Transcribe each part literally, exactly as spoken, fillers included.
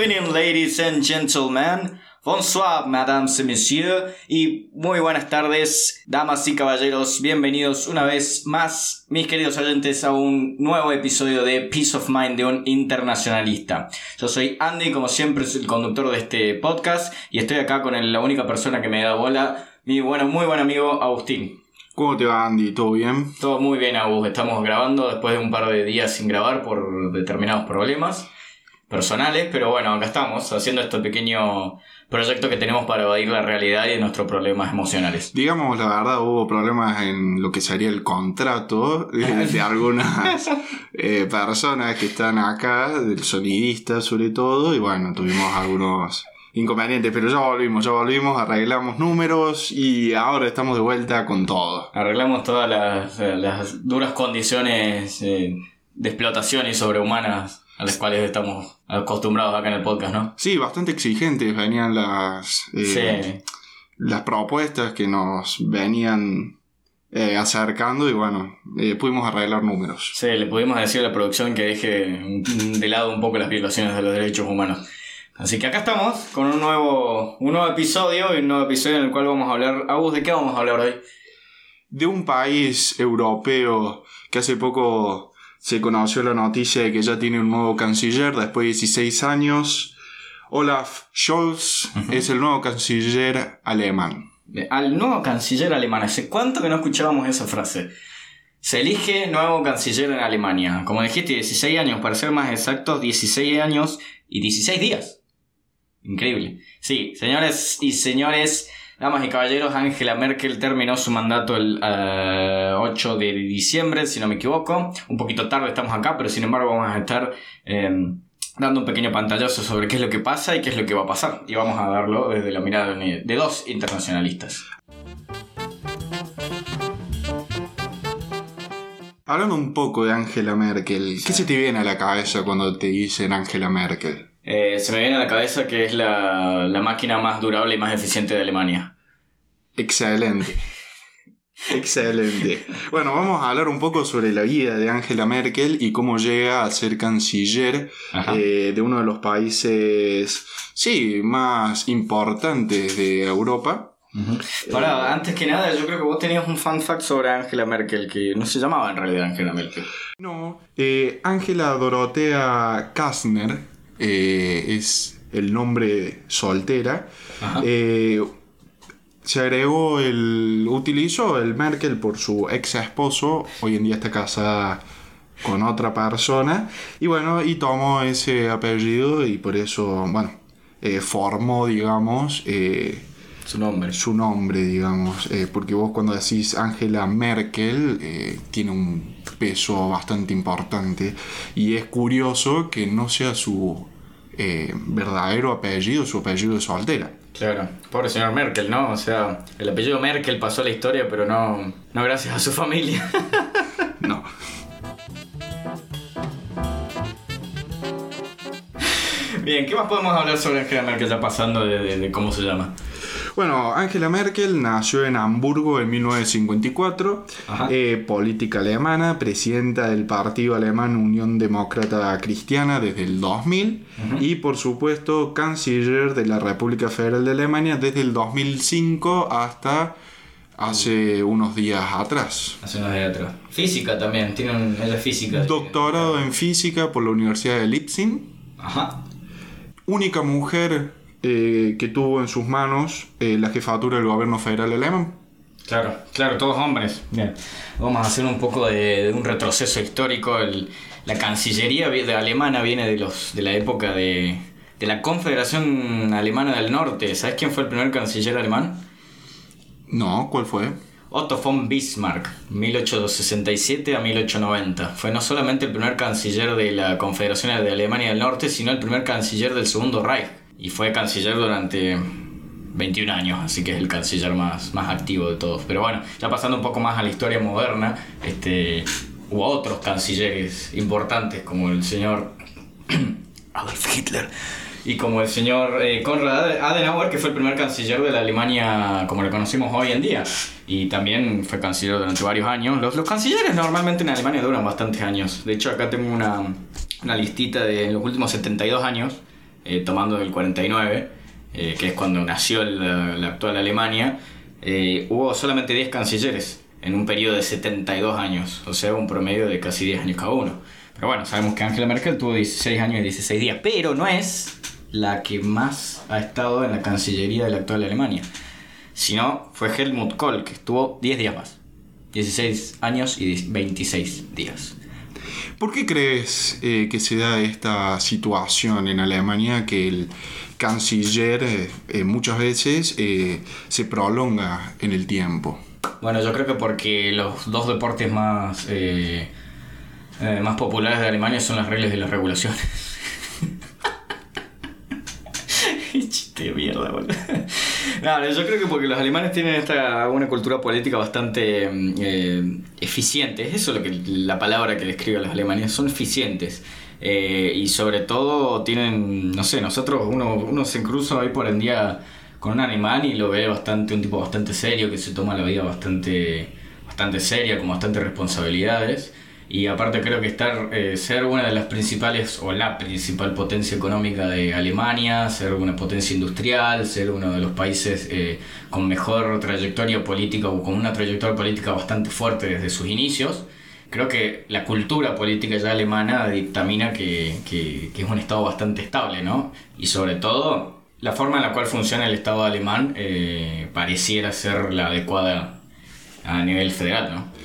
evening, ladies and gentlemen. Bonsoir, mesdames et messieurs. Y muy buenas tardes, damas y caballeros. Bienvenidos una vez más, mis queridos oyentes, a un nuevo episodio de Peace of Mind de un internacionalista. Yo soy Andy, como siempre, soy el conductor de este podcast. Y estoy acá con el, la única persona que me da bola, mi bueno, muy buen amigo Agustín. ¿Cómo te va, Andy? ¿Todo bien? Todo muy bien, Agus. Estamos grabando después de un par de días sin grabar por determinados problemas personales, pero bueno, acá estamos haciendo este pequeño proyecto que tenemos para evadir la realidad y nuestros problemas emocionales. Digamos la verdad, hubo problemas en lo que sería el contrato de, de algunas eh, personas que están acá, del sonidista sobre todo, y bueno, tuvimos algunos inconvenientes, pero ya volvimos, ya volvimos, arreglamos números y ahora estamos de vuelta con todo. Arreglamos todas las, las duras condiciones eh, de explotación y sobrehumanas a las cuales estamos acostumbrados acá en el podcast, ¿no? Sí, bastante exigentes venían las eh, sí. las propuestas que nos venían eh, acercando y bueno, eh, pudimos arreglar números. Sí, le pudimos decir a la producción que deje de lado un poco las violaciones de los derechos humanos. Así que acá estamos con un nuevo, un nuevo episodio y un nuevo episodio en el cual vamos a hablar. Agus, ¿de qué vamos a hablar hoy? De un país europeo que hace poco se conoció la noticia de que ya tiene un nuevo canciller después de dieciséis años. Olaf Scholz uh-huh. es el nuevo canciller alemán. Al nuevo canciller alemán. ¿Hace cuánto que no escuchábamos esa frase? Se elige nuevo canciller en Alemania. Como dijiste, dieciséis años, para ser más exactos, dieciséis años y dieciséis días. Increíble. Sí, señores y señores, damas y caballeros, Angela Merkel terminó su mandato el uh, ocho de diciembre, si no me equivoco. Un poquito tarde estamos acá, pero sin embargo vamos a estar eh, dando un pequeño pantallazo sobre qué es lo que pasa y qué es lo que va a pasar. Y vamos a darlo desde la mirada de dos internacionalistas. Hablando un poco de Angela Merkel, ¿qué sí. se te viene a la cabeza cuando te dicen Angela Merkel? Eh, se me viene a la cabeza que es la, la máquina más durable y más eficiente de Alemania. Excelente. Excelente. Bueno, vamos a hablar un poco sobre la vida de Angela Merkel y cómo llega a ser canciller eh, de uno de los países, sí, más importantes de Europa. Uh-huh. Para, eh, antes que nada, yo creo que vos tenías un fun fact sobre Angela Merkel, que no se llamaba en realidad Angela Merkel. No, eh, Angela Dorothea Kastner eh, es el nombre soltera. Eh, se agregó el... utilizó el Merkel por su ex esposo, hoy en día está casada con otra persona, y bueno, y tomó ese apellido y por eso, bueno, eh, formó, digamos... Eh, Su nombre. Su nombre, digamos. Eh, porque vos cuando decís Angela Merkel, eh, tiene un peso bastante importante. Y es curioso que no sea su eh, verdadero apellido, su apellido de soltera. Claro. Pobre señor Merkel, ¿no? O sea, el apellido Merkel pasó a la historia, pero no, no gracias a su familia. No. Bien, ¿qué más podemos hablar sobre Angela Merkel ya pasando de, de, de cómo se llama? Bueno, Angela Merkel nació en Hamburgo en mil novecientos cincuenta y cuatro, eh, política alemana, presidenta del partido alemán Unión Demócrata Cristiana desde el dos mil uh-huh. y por supuesto canciller de la República Federal de Alemania desde el dos mil cinco hasta hace unos días atrás. Hace unos días atrás. Física también, tiene un, ella es física. Doctorado en física por la Universidad de Leipzig. Ajá. Única mujer Eh, que tuvo en sus manos eh, la jefatura del gobierno federal alemán. Claro, claro, todos hombres. Bien, vamos a hacer un poco de, de un retroceso histórico. El, la cancillería de alemana viene de los de la época de, de la Confederación Alemana del Norte. ¿Sabes quién fue el primer canciller alemán? No, ¿cuál fue? Otto von Bismarck, mil ochocientos sesenta y siete a mil ochocientos noventa. Fue no solamente el primer canciller de la Confederación de Alemania del Norte, sino el primer canciller del Segundo Reich. Y fue canciller durante veintiún años, así que es el canciller más, más activo de todos. Pero bueno, ya pasando un poco más a la historia moderna, este, hubo otros cancilleres importantes como el señor Adolf Hitler y como el señor eh, Konrad Adenauer, que fue el primer canciller de la Alemania como la conocimos hoy en día. Y también fue canciller durante varios años. Los, los cancilleres normalmente en Alemania duran bastantes años. De hecho, acá tengo una, una listita de los últimos setenta y dos años eh, tomando del cuarenta y nueve, eh, que es cuando nació la, la actual Alemania, eh, hubo solamente diez cancilleres en un periodo de setenta y dos años, o sea, un promedio de casi diez años cada uno. Pero bueno, sabemos que Angela Merkel tuvo dieciséis años y dieciséis días, pero no es la que más ha estado en la Cancillería de la actual Alemania, sino fue Helmut Kohl, que estuvo diez días más, dieciséis años y veintiséis días. ¿Por qué crees eh, que se da esta situación en Alemania, que el canciller eh, eh, muchas veces eh, se prolonga en el tiempo? Bueno, yo creo que porque los dos deportes más, eh, eh, más populares de Alemania son las reglas y las regulaciones. Chiste de mierda, boludo. No, yo creo que porque los alemanes tienen esta una cultura política bastante eh, eficiente. Eso es lo que, la palabra que le escribo a los alemanes. Son eficientes. Eh, y sobre todo tienen, no sé, nosotros, uno, uno se cruza ahí por el día con un alemán y lo ve bastante, un tipo bastante serio, que se toma la vida bastante, bastante seria, con bastantes responsabilidades. Y aparte creo que estar eh, ser una de las principales o la principal potencia económica de Alemania, ser una potencia industrial, ser uno de los países eh, con mejor trayectoria política o con una trayectoria política bastante fuerte desde sus inicios, creo que la cultura política ya alemana dictamina que, que, que es un estado bastante estable, ¿no? Y sobre todo la forma en la cual funciona el estado alemán eh, pareciera ser la adecuada a nivel federal, ¿no?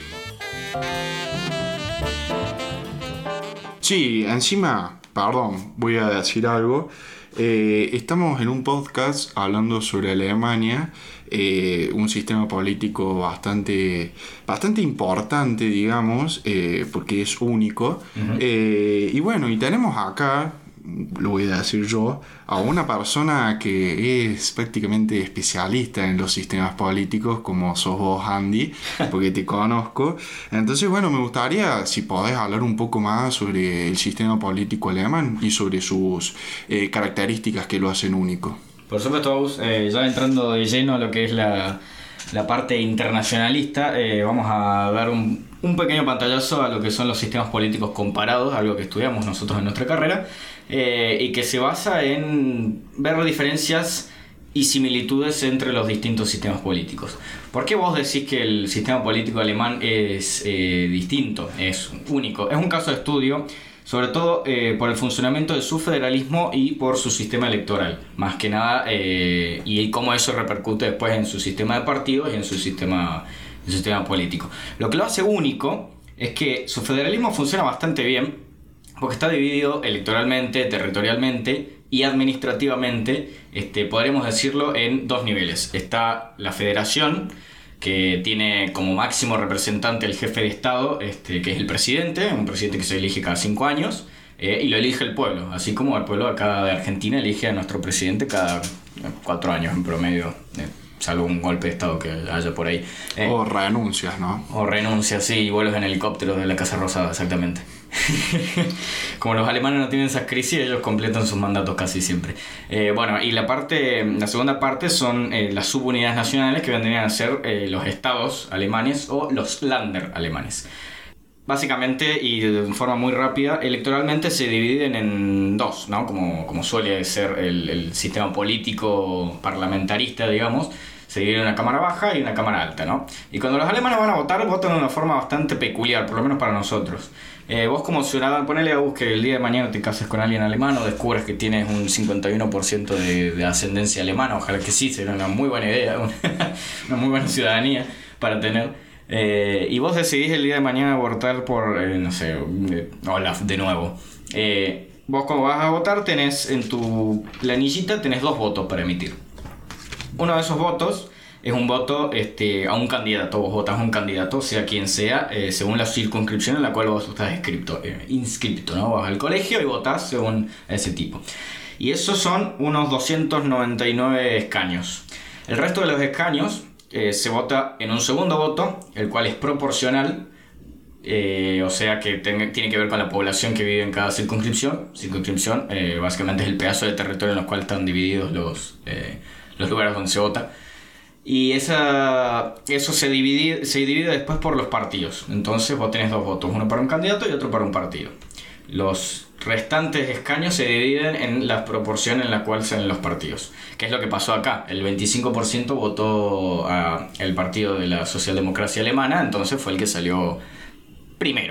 Sí, encima, perdón, voy a decir algo. Eh, estamos en un podcast hablando sobre Alemania, eh, un sistema político bastante, bastante importante, digamos, eh, porque es único. Uh-huh. Eh, y bueno, y tenemos acá, lo voy a decir yo, a una persona que es prácticamente especialista en los sistemas políticos, como sos vos, Andy, porque te conozco. Entonces, bueno, me gustaría si podés hablar un poco más sobre el sistema político alemán y sobre sus eh, características que lo hacen único. Por supuesto, eh, ya entrando de lleno a lo que es la, la parte internacionalista, eh, vamos a dar un, un pequeño pantallazo a lo que son los sistemas políticos comparados, algo que estudiamos nosotros en nuestra carrera. Eh, y que se basa en ver diferencias y similitudes entre los distintos sistemas políticos. ¿Por qué vos decís que el sistema político alemán es eh, distinto, es único? Es un caso de estudio, sobre todo eh, por el funcionamiento de su federalismo y por su sistema electoral, más que nada, eh, y cómo eso repercute después en su sistema de partidos y en su sistema, en su sistema político. Lo que lo hace único es que su federalismo funciona bastante bien, porque está dividido electoralmente, territorialmente y administrativamente, este, podremos decirlo, en dos niveles. Está la federación, que tiene como máximo representante el jefe de Estado, este, que es el presidente, un presidente que se elige cada cinco años, eh, y lo elige el pueblo, así como el pueblo acá de Argentina elige a nuestro presidente cada cuatro años en promedio, eh, salvo un golpe de Estado que haya por ahí. Eh, o renuncias, ¿no? O renuncias, sí, y vuelos en helicóptero de la Casa Rosada, exactamente. Como los alemanes no tienen esas crisis, ellos completan sus mandatos casi siempre. Eh, bueno, y la parte, la segunda parte son eh, las subunidades nacionales, que vendrían a ser eh, los estados alemanes o los Länder alemanes. Básicamente, y de forma muy rápida, electoralmente se dividen en dos, ¿no? Como, como suele ser el, el sistema político parlamentarista, digamos. Se divide en una cámara baja y una cámara alta, ¿no? Y cuando los alemanes van a votar, votan de una forma bastante peculiar, por lo menos para nosotros. Eh, vos como ciudadano, ponele a vos que el día de mañana te cases con alguien alemán o descubres que tienes un cincuenta y uno por ciento de, de ascendencia alemana, ojalá que sí, sería una muy buena idea, una, una muy buena ciudadanía para tener. Eh, y vos decidís el día de mañana votar por, eh, no sé, eh, Olaf de nuevo. Eh, vos cuando vas a votar tenés en tu planillita tenés dos votos para emitir. Uno de esos votos es un voto este, a un candidato. Vos votás a un candidato, sea quien sea, eh, según la circunscripción en la cual vos estás inscripto, eh, inscripto, ¿no? Vas al colegio y votás según ese tipo. Y esos son unos doscientos noventa y nueve escaños. El resto de los escaños eh, se vota en un segundo voto, el cual es proporcional, eh, o sea que ten, tiene que ver con la población que vive en cada circunscripción. Circunscripción eh, básicamente es el pedazo de territorio en el cual están divididos los... Eh, los lugares donde se vota, y esa, eso se divide, se divide después por los partidos. Entonces vos tenés dos votos, uno para un candidato y otro para un partido. Los restantes escaños se dividen en la proporción en la cual salen los partidos. ¿Qué es lo que pasó acá? El veinticinco por ciento votó a el partido de la socialdemocracia alemana, entonces fue el que salió primero.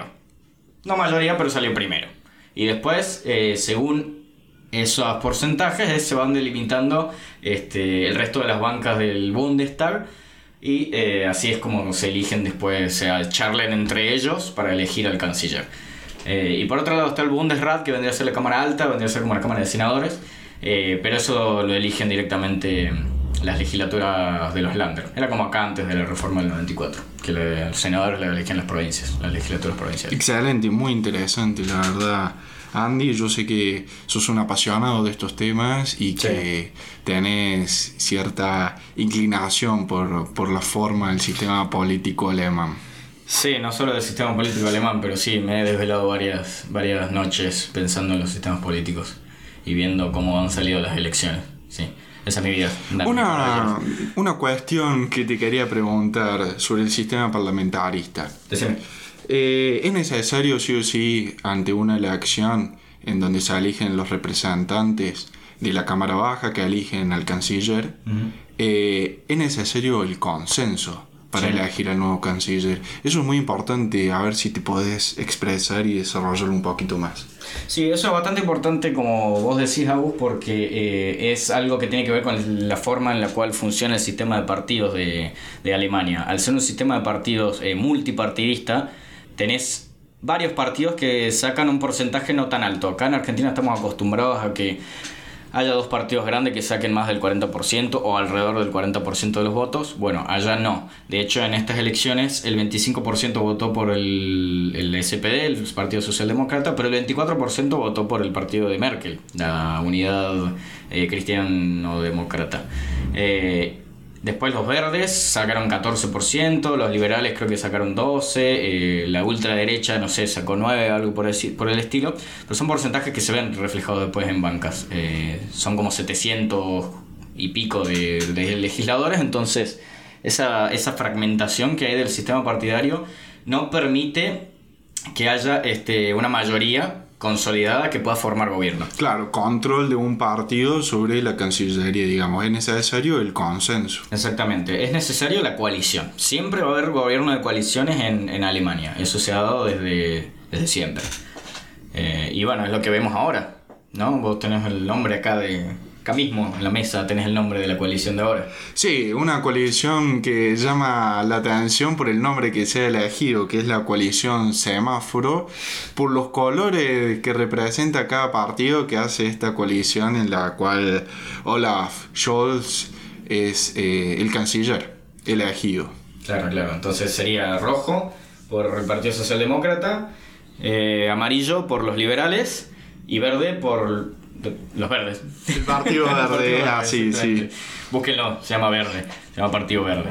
No mayoría, pero salió primero. Y después, eh, según esos porcentajes, se van delimitando este, el resto de las bancas del Bundestag. Y eh, así es como se eligen después, o sea, charlen entre ellos para elegir al canciller. Eh, y por otro lado está el Bundesrat, que vendría a ser la Cámara Alta, vendría a ser como la Cámara de Senadores, eh, pero eso lo eligen directamente las legislaturas de los Länder. Era como acá antes de la reforma del noventa y cuatro, que los senadores le elegían las provincias, las legislaturas provinciales. Excelente, muy interesante, la verdad. Andy, yo sé que sos un apasionado de estos temas y que sí. tenés cierta inclinación por, por la forma del sistema político alemán. Sí, no solo del sistema político alemán, pero sí, me he desvelado varias, varias noches pensando en los sistemas políticos y viendo cómo han salido las elecciones. Sí, esa es mi vida. Una, una cuestión que te quería preguntar sobre el sistema parlamentarista. Decime. Eh, ¿Es necesario sí o sí ante una elección en donde se eligen los representantes de la Cámara Baja que eligen al canciller? Uh-huh. eh, ¿Es necesario el consenso para sí. elegir al nuevo canciller? Eso es muy importante, a ver si te podés expresar y desarrollarlo un poquito más. Sí, eso es bastante importante, como vos decís, Agus, porque eh, es algo que tiene que ver con la forma en la cual funciona el sistema de partidos de, de Alemania. Al ser un sistema de partidos eh, multipartidista, tenés varios partidos que sacan un porcentaje no tan alto. Acá en Argentina estamos acostumbrados a que haya dos partidos grandes que saquen más del cuarenta por ciento o alrededor del cuarenta por ciento de los votos. Bueno, allá no. De hecho, en estas elecciones el veinticinco por ciento votó por el, el S P D, el Partido Socialdemócrata, pero el veinticuatro por ciento votó por el partido de Merkel, la Unidad eh, Cristiano-Demócrata. Eh, Después los verdes sacaron catorce por ciento, los liberales creo que sacaron doce por ciento, eh, la ultraderecha, no sé, sacó nueve por ciento, algo por el, por el estilo. Pero son porcentajes que se ven reflejados después en bancas. Eh, son como setecientos y pico de, de legisladores, entonces esa, esa fragmentación que hay del sistema partidario no permite que haya este, una mayoría consolidada que pueda formar gobierno. Claro, control de un partido sobre la Cancillería, digamos. Es necesario el consenso. Exactamente, es necesario la coalición. Siempre va a haber gobierno de coaliciones en, en Alemania. Eso se ha dado desde, desde siempre. Eh, y bueno, es lo que vemos ahora, ¿no? Vos tenés el nombre acá de... Acá mismo en la mesa tenés el nombre de la coalición de ahora. Sí, una coalición que llama la atención por el nombre que se ha elegido, que es la coalición Semáforo, por los colores que representa cada partido que hace esta coalición, en la cual Olaf Scholz es eh, el canciller elegido. Claro, claro. Entonces sería rojo por el Partido Socialdemócrata, eh, amarillo por los liberales y verde por... los verdes. El Partido Verde, el Partido Verde, ah, sí, sí. Búsquenlo, se llama Verde, se llama Partido Verde.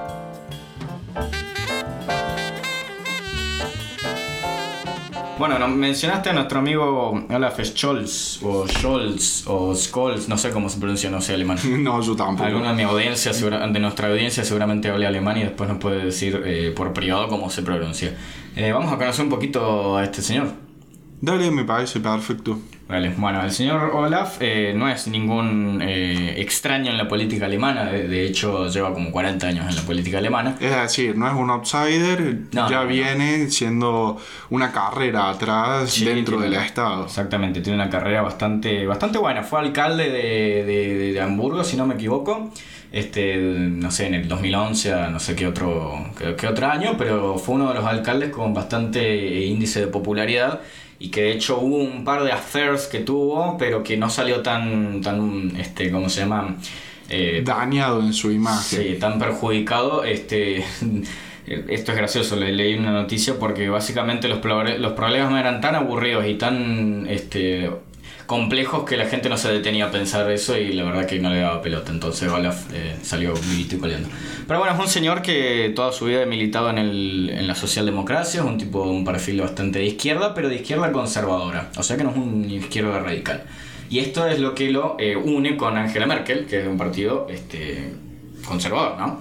Bueno, nos mencionaste a nuestro amigo Olaf Scholz, o Scholz, o Scholz, no sé cómo se pronuncia, no sé alemán. No, yo tampoco. Alguno de mi audiencia, de nuestra audiencia seguramente hable alemán y después nos puede decir eh, por privado cómo se pronuncia. Eh, vamos a conocer un poquito a este señor. Dale, me parece perfecto. Vale, bueno, el señor Olaf eh, no es ningún eh, extraño en la política alemana, de, de hecho lleva como cuarenta años en la política alemana. Es decir, no es un outsider, no, ya no, viene no. siendo una carrera atrás sí, dentro del Estado. Exactamente, tiene una carrera bastante, bastante buena. Fue alcalde de, de, de Hamburgo, si no me equivoco, este, no sé, en el dos mil once, no sé qué otro, qué, qué otro año, pero fue uno de los alcaldes con bastante índice de popularidad. Y que de hecho hubo un par de affairs que tuvo, pero que no salió tan, tan este, ¿cómo se llama? Eh, dañado en su imagen. Sí, tan perjudicado. Este, esto es gracioso, le leí una noticia porque básicamente los, los problemas no eran tan aburridos y tan este, complejos que la gente no se detenía a pensar eso y la verdad que no le daba pelota. Entonces Olaf eh, salió vivito y coleando. Pero bueno, es un señor que toda su vida ha militado en, el, en la socialdemocracia, es un tipo de un perfil bastante de izquierda, pero de izquierda conservadora, o sea que no es un izquierda radical. Y esto es lo que lo eh, une con Angela Merkel, que es de un partido este, conservador, ¿no?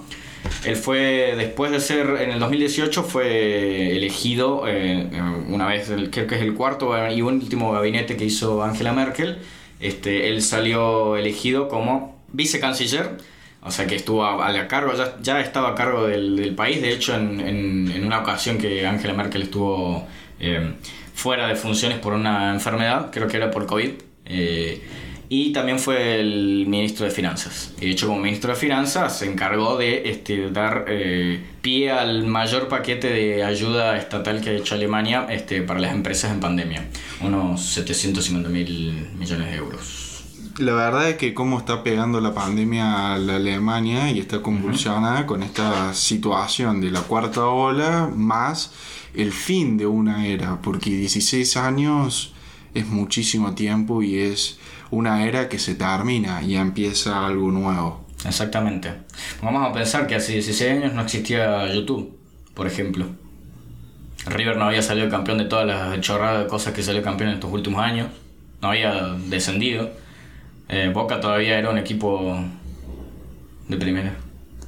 Él fue, después de ser, en el dos mil dieciocho fue elegido, eh, una vez, creo que es el cuarto y último gabinete que hizo Angela Merkel. Este, él salió elegido como vicecanciller, o sea que estuvo a, a la cargo, ya, ya estaba a cargo del, del país. De hecho, en, en, en una ocasión que Angela Merkel estuvo eh, fuera de funciones por una enfermedad, creo que era por COVID, eh, y también fue el ministro de Finanzas. Y de hecho, como ministro de Finanzas se encargó de este, dar eh, pie al mayor paquete de ayuda estatal que ha hecho Alemania este, para las empresas en pandemia, unos setecientos cincuenta mil millones de euros. La verdad es que cómo está pegando la pandemia a la Alemania y está convulsionada uh-huh. con esta situación de la cuarta ola más el fin de una era, porque dieciséis años es muchísimo tiempo y es una era que se termina y empieza algo nuevo. Exactamente. Vamos a pensar que hace dieciséis años no existía YouTube, por ejemplo. River no había salido campeón de todas las chorradas de cosas que salió campeón en estos últimos años. No había descendido. Eh, Boca todavía era un equipo de primera.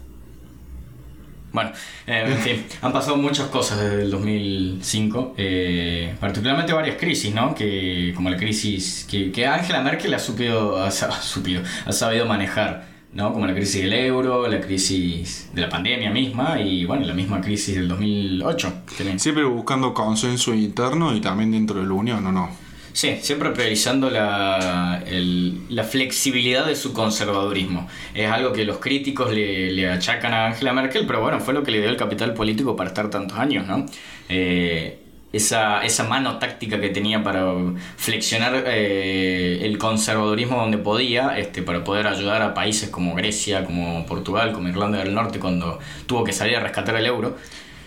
Bueno, eh, en fin, han pasado muchas cosas desde el dos mil cinco, eh, particularmente varias crisis, ¿no? Que, como la crisis que, que Angela Merkel ha, supido, ha, supido, ha sabido manejar, ¿no? Como la crisis del euro, la crisis de la pandemia misma y, bueno, la misma crisis del dos mil ocho. Siempre buscando consenso interno y también dentro de la Unión, ¿o no? Sí, siempre priorizando la, el, la flexibilidad de su conservadurismo. Es algo que los críticos le, le achacan a Angela Merkel, pero bueno, fue lo que le dio el capital político para estar tantos años, ¿no? Eh, esa, esa mano táctica que tenía para flexionar eh, el conservadurismo donde podía, este, para poder ayudar a países como Grecia, como Portugal, como Irlanda del Norte, cuando tuvo que salir a rescatar el euro.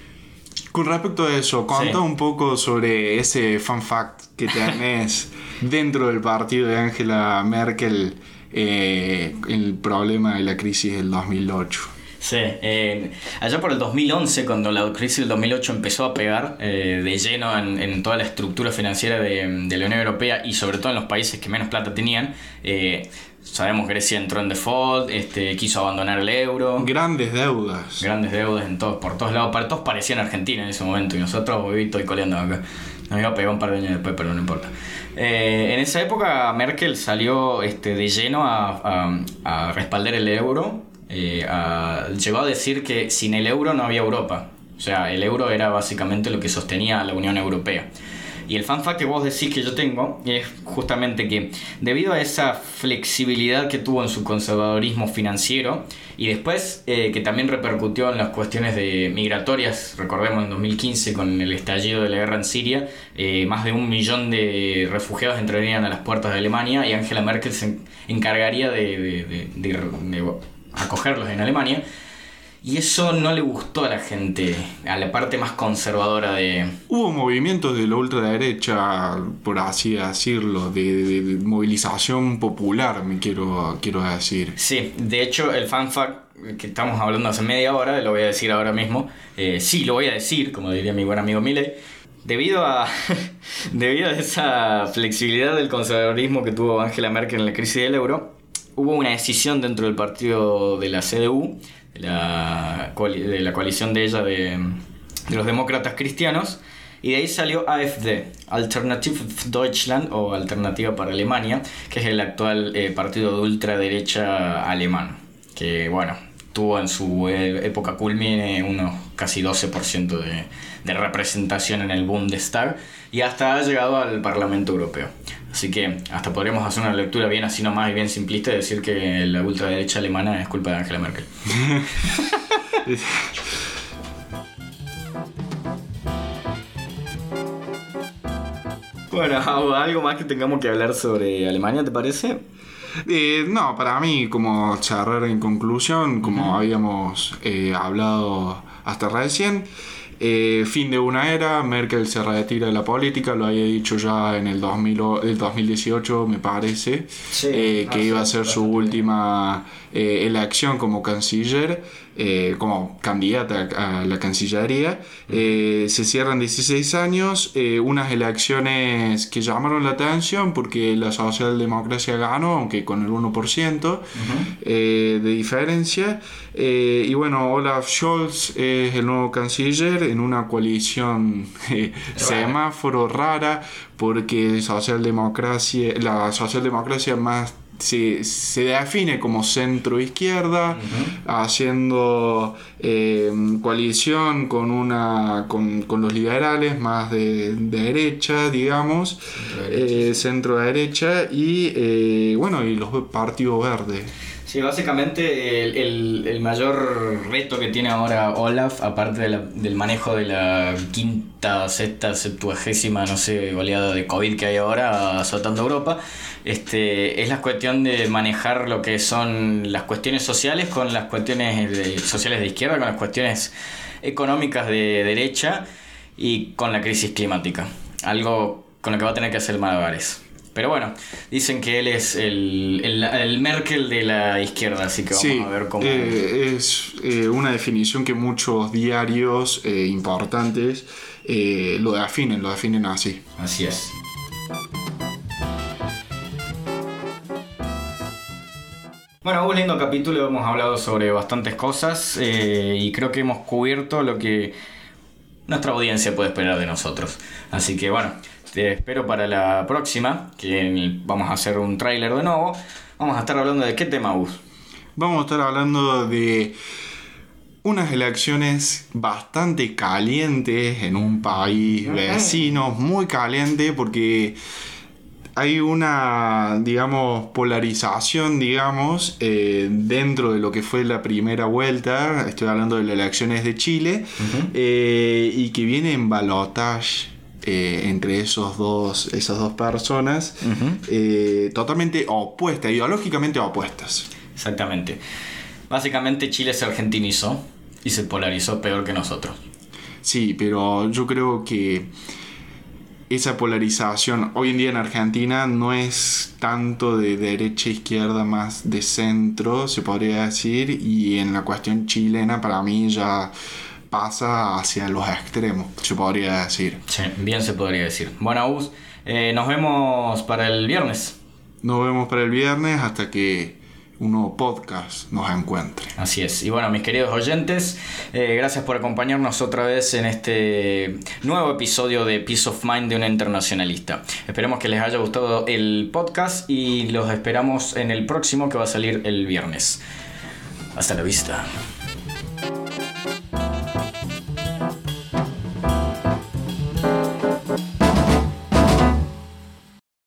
Con respecto a eso, cuenta sí. un poco sobre ese fun fact que tenés dentro del partido de Angela Merkel, eh, el problema de la crisis del dos mil ocho. Sí, eh, allá por el dos mil once, cuando la crisis del dos mil ocho empezó a pegar eh, de lleno en, en toda la estructura financiera de, de la Unión Europea y sobre todo en los países que menos plata tenían, eh, sabemos que Grecia entró en default, este, quiso abandonar el euro. Grandes deudas. Grandes deudas en todos, por todos lados. Para todos parecían Argentina en ese momento y nosotros vivimos y coleando acá. Nos iba a pegar un par de años después, pero no importa. Eh, en esa época Merkel salió este, de lleno a, a, a respaldar el euro. Eh, a, llegó a decir que sin el euro no había Europa. O sea, el euro era básicamente lo que sostenía a la Unión Europea. Y el fan fact que vos decís que yo tengo es justamente que debido a esa flexibilidad que tuvo en su conservadurismo financiero y después eh, que también repercutió en las cuestiones de migratorias, recordemos en dos mil quince con el estallido de la guerra en Siria, eh, más de un millón de refugiados entrarían a las puertas de Alemania y Angela Merkel se encargaría de, de, de, de, de acogerlos en Alemania. Y eso no le gustó a la gente, a la parte más conservadora de... Hubo movimientos de la ultraderecha, por así decirlo, de, de, de movilización popular, me quiero, quiero decir. Sí, de hecho el fan fact que estamos hablando hace media hora, lo voy a decir ahora mismo, eh, sí, lo voy a decir, como diría mi buen amigo Milei, debido a, debido a esa flexibilidad del conservadurismo que tuvo Angela Merkel en la crisis del euro, hubo una decisión dentro del partido de la C D U, de la, de la coalición de ella de, de los demócratas cristianos, y de ahí salió A F D, Alternative für Deutschland o Alternativa para Alemania, que es el actual eh, partido de ultraderecha alemán, que bueno, tuvo en su eh, época culmine unos casi doce por ciento de, de representación en el Bundestag y hasta ha llegado al Parlamento Europeo. Así que hasta podríamos hacer una lectura bien así nomás y bien simplista y decir que la ultraderecha alemana es culpa de Angela Merkel. Bueno, ¿algo más que tengamos que hablar sobre Alemania, te parece? Eh, no, para mí, como cerrar en conclusión, como uh-huh. habíamos eh, hablado hasta recién, eh, fin de una era, Merkel se retira de la política, lo había dicho ya en el, dos mil, el dos mil dieciocho, me parece, sí, eh, que iba a ser su última eh, elección como canciller. eh, como candidata a la Cancillería. Eh, se cierran dieciséis años, eh, unas elecciones que llamaron la atención porque la socialdemocracia ganó, aunque con el uno por ciento uh-huh. eh, de diferencia. Eh, y bueno, Olaf Scholz es el nuevo canciller en una coalición eh, semáforo rara, porque socialdemocracia, la socialdemocracia más se, se define como centro-izquierda, uh-huh. haciendo eh, coalición con una con, con los liberales más de, de derecha, digamos, centro-derecha, eh, y eh, bueno, y los partidos verdes. Sí, básicamente el, el, el mayor reto que tiene ahora Olaf, aparte de la, del manejo de la quinta, sexta, septuagésima, no sé, oleada de COVID que hay ahora azotando Europa, este, es la cuestión de manejar lo que son las cuestiones sociales con las cuestiones de, sociales de izquierda, con las cuestiones económicas de derecha y con la crisis climática. Algo con lo que va a tener que hacer malabares. Pero bueno, dicen que él es el, el, el Merkel de la izquierda, así que vamos sí, a ver cómo... Eh, es eh, una definición que muchos diarios eh, importantes eh, lo definen, lo definen así. Así es. Bueno, un lindo capítulo, hemos hablado sobre bastantes cosas eh, y creo que hemos cubierto lo que nuestra audiencia puede esperar de nosotros. Así que bueno... Te espero para la próxima, que vamos a hacer un tráiler de nuevo. Vamos a estar hablando de qué tema, Gus. Vamos a estar hablando de unas elecciones bastante calientes en un país vecino, muy caliente, porque hay una, digamos, polarización, digamos, eh, dentro de lo que fue la primera vuelta. Estoy hablando de las elecciones de Chile, uh-huh. eh, y que viene en balotaje. Eh, entre esos dos, esas dos personas, uh-huh. eh, totalmente opuestas, ideológicamente opuestas. Exactamente. Básicamente Chile se argentinizó y se polarizó peor que nosotros. Sí, pero yo creo que esa polarización hoy en día en Argentina no es tanto de derecha a izquierda, más de centro, se podría decir, y en la cuestión chilena para mí ya pasa hacia los extremos, se podría decir. Sí, bien se podría decir. Bueno, Gus, eh, nos vemos para el viernes. Nos vemos para el viernes hasta que un nuevo podcast nos encuentre. Así es. Y bueno, mis queridos oyentes, eh, gracias por acompañarnos otra vez en este nuevo episodio de Peace of Mind de un internacionalista. Esperemos que les haya gustado el podcast y los esperamos en el próximo, que va a salir el viernes. Hasta la vista.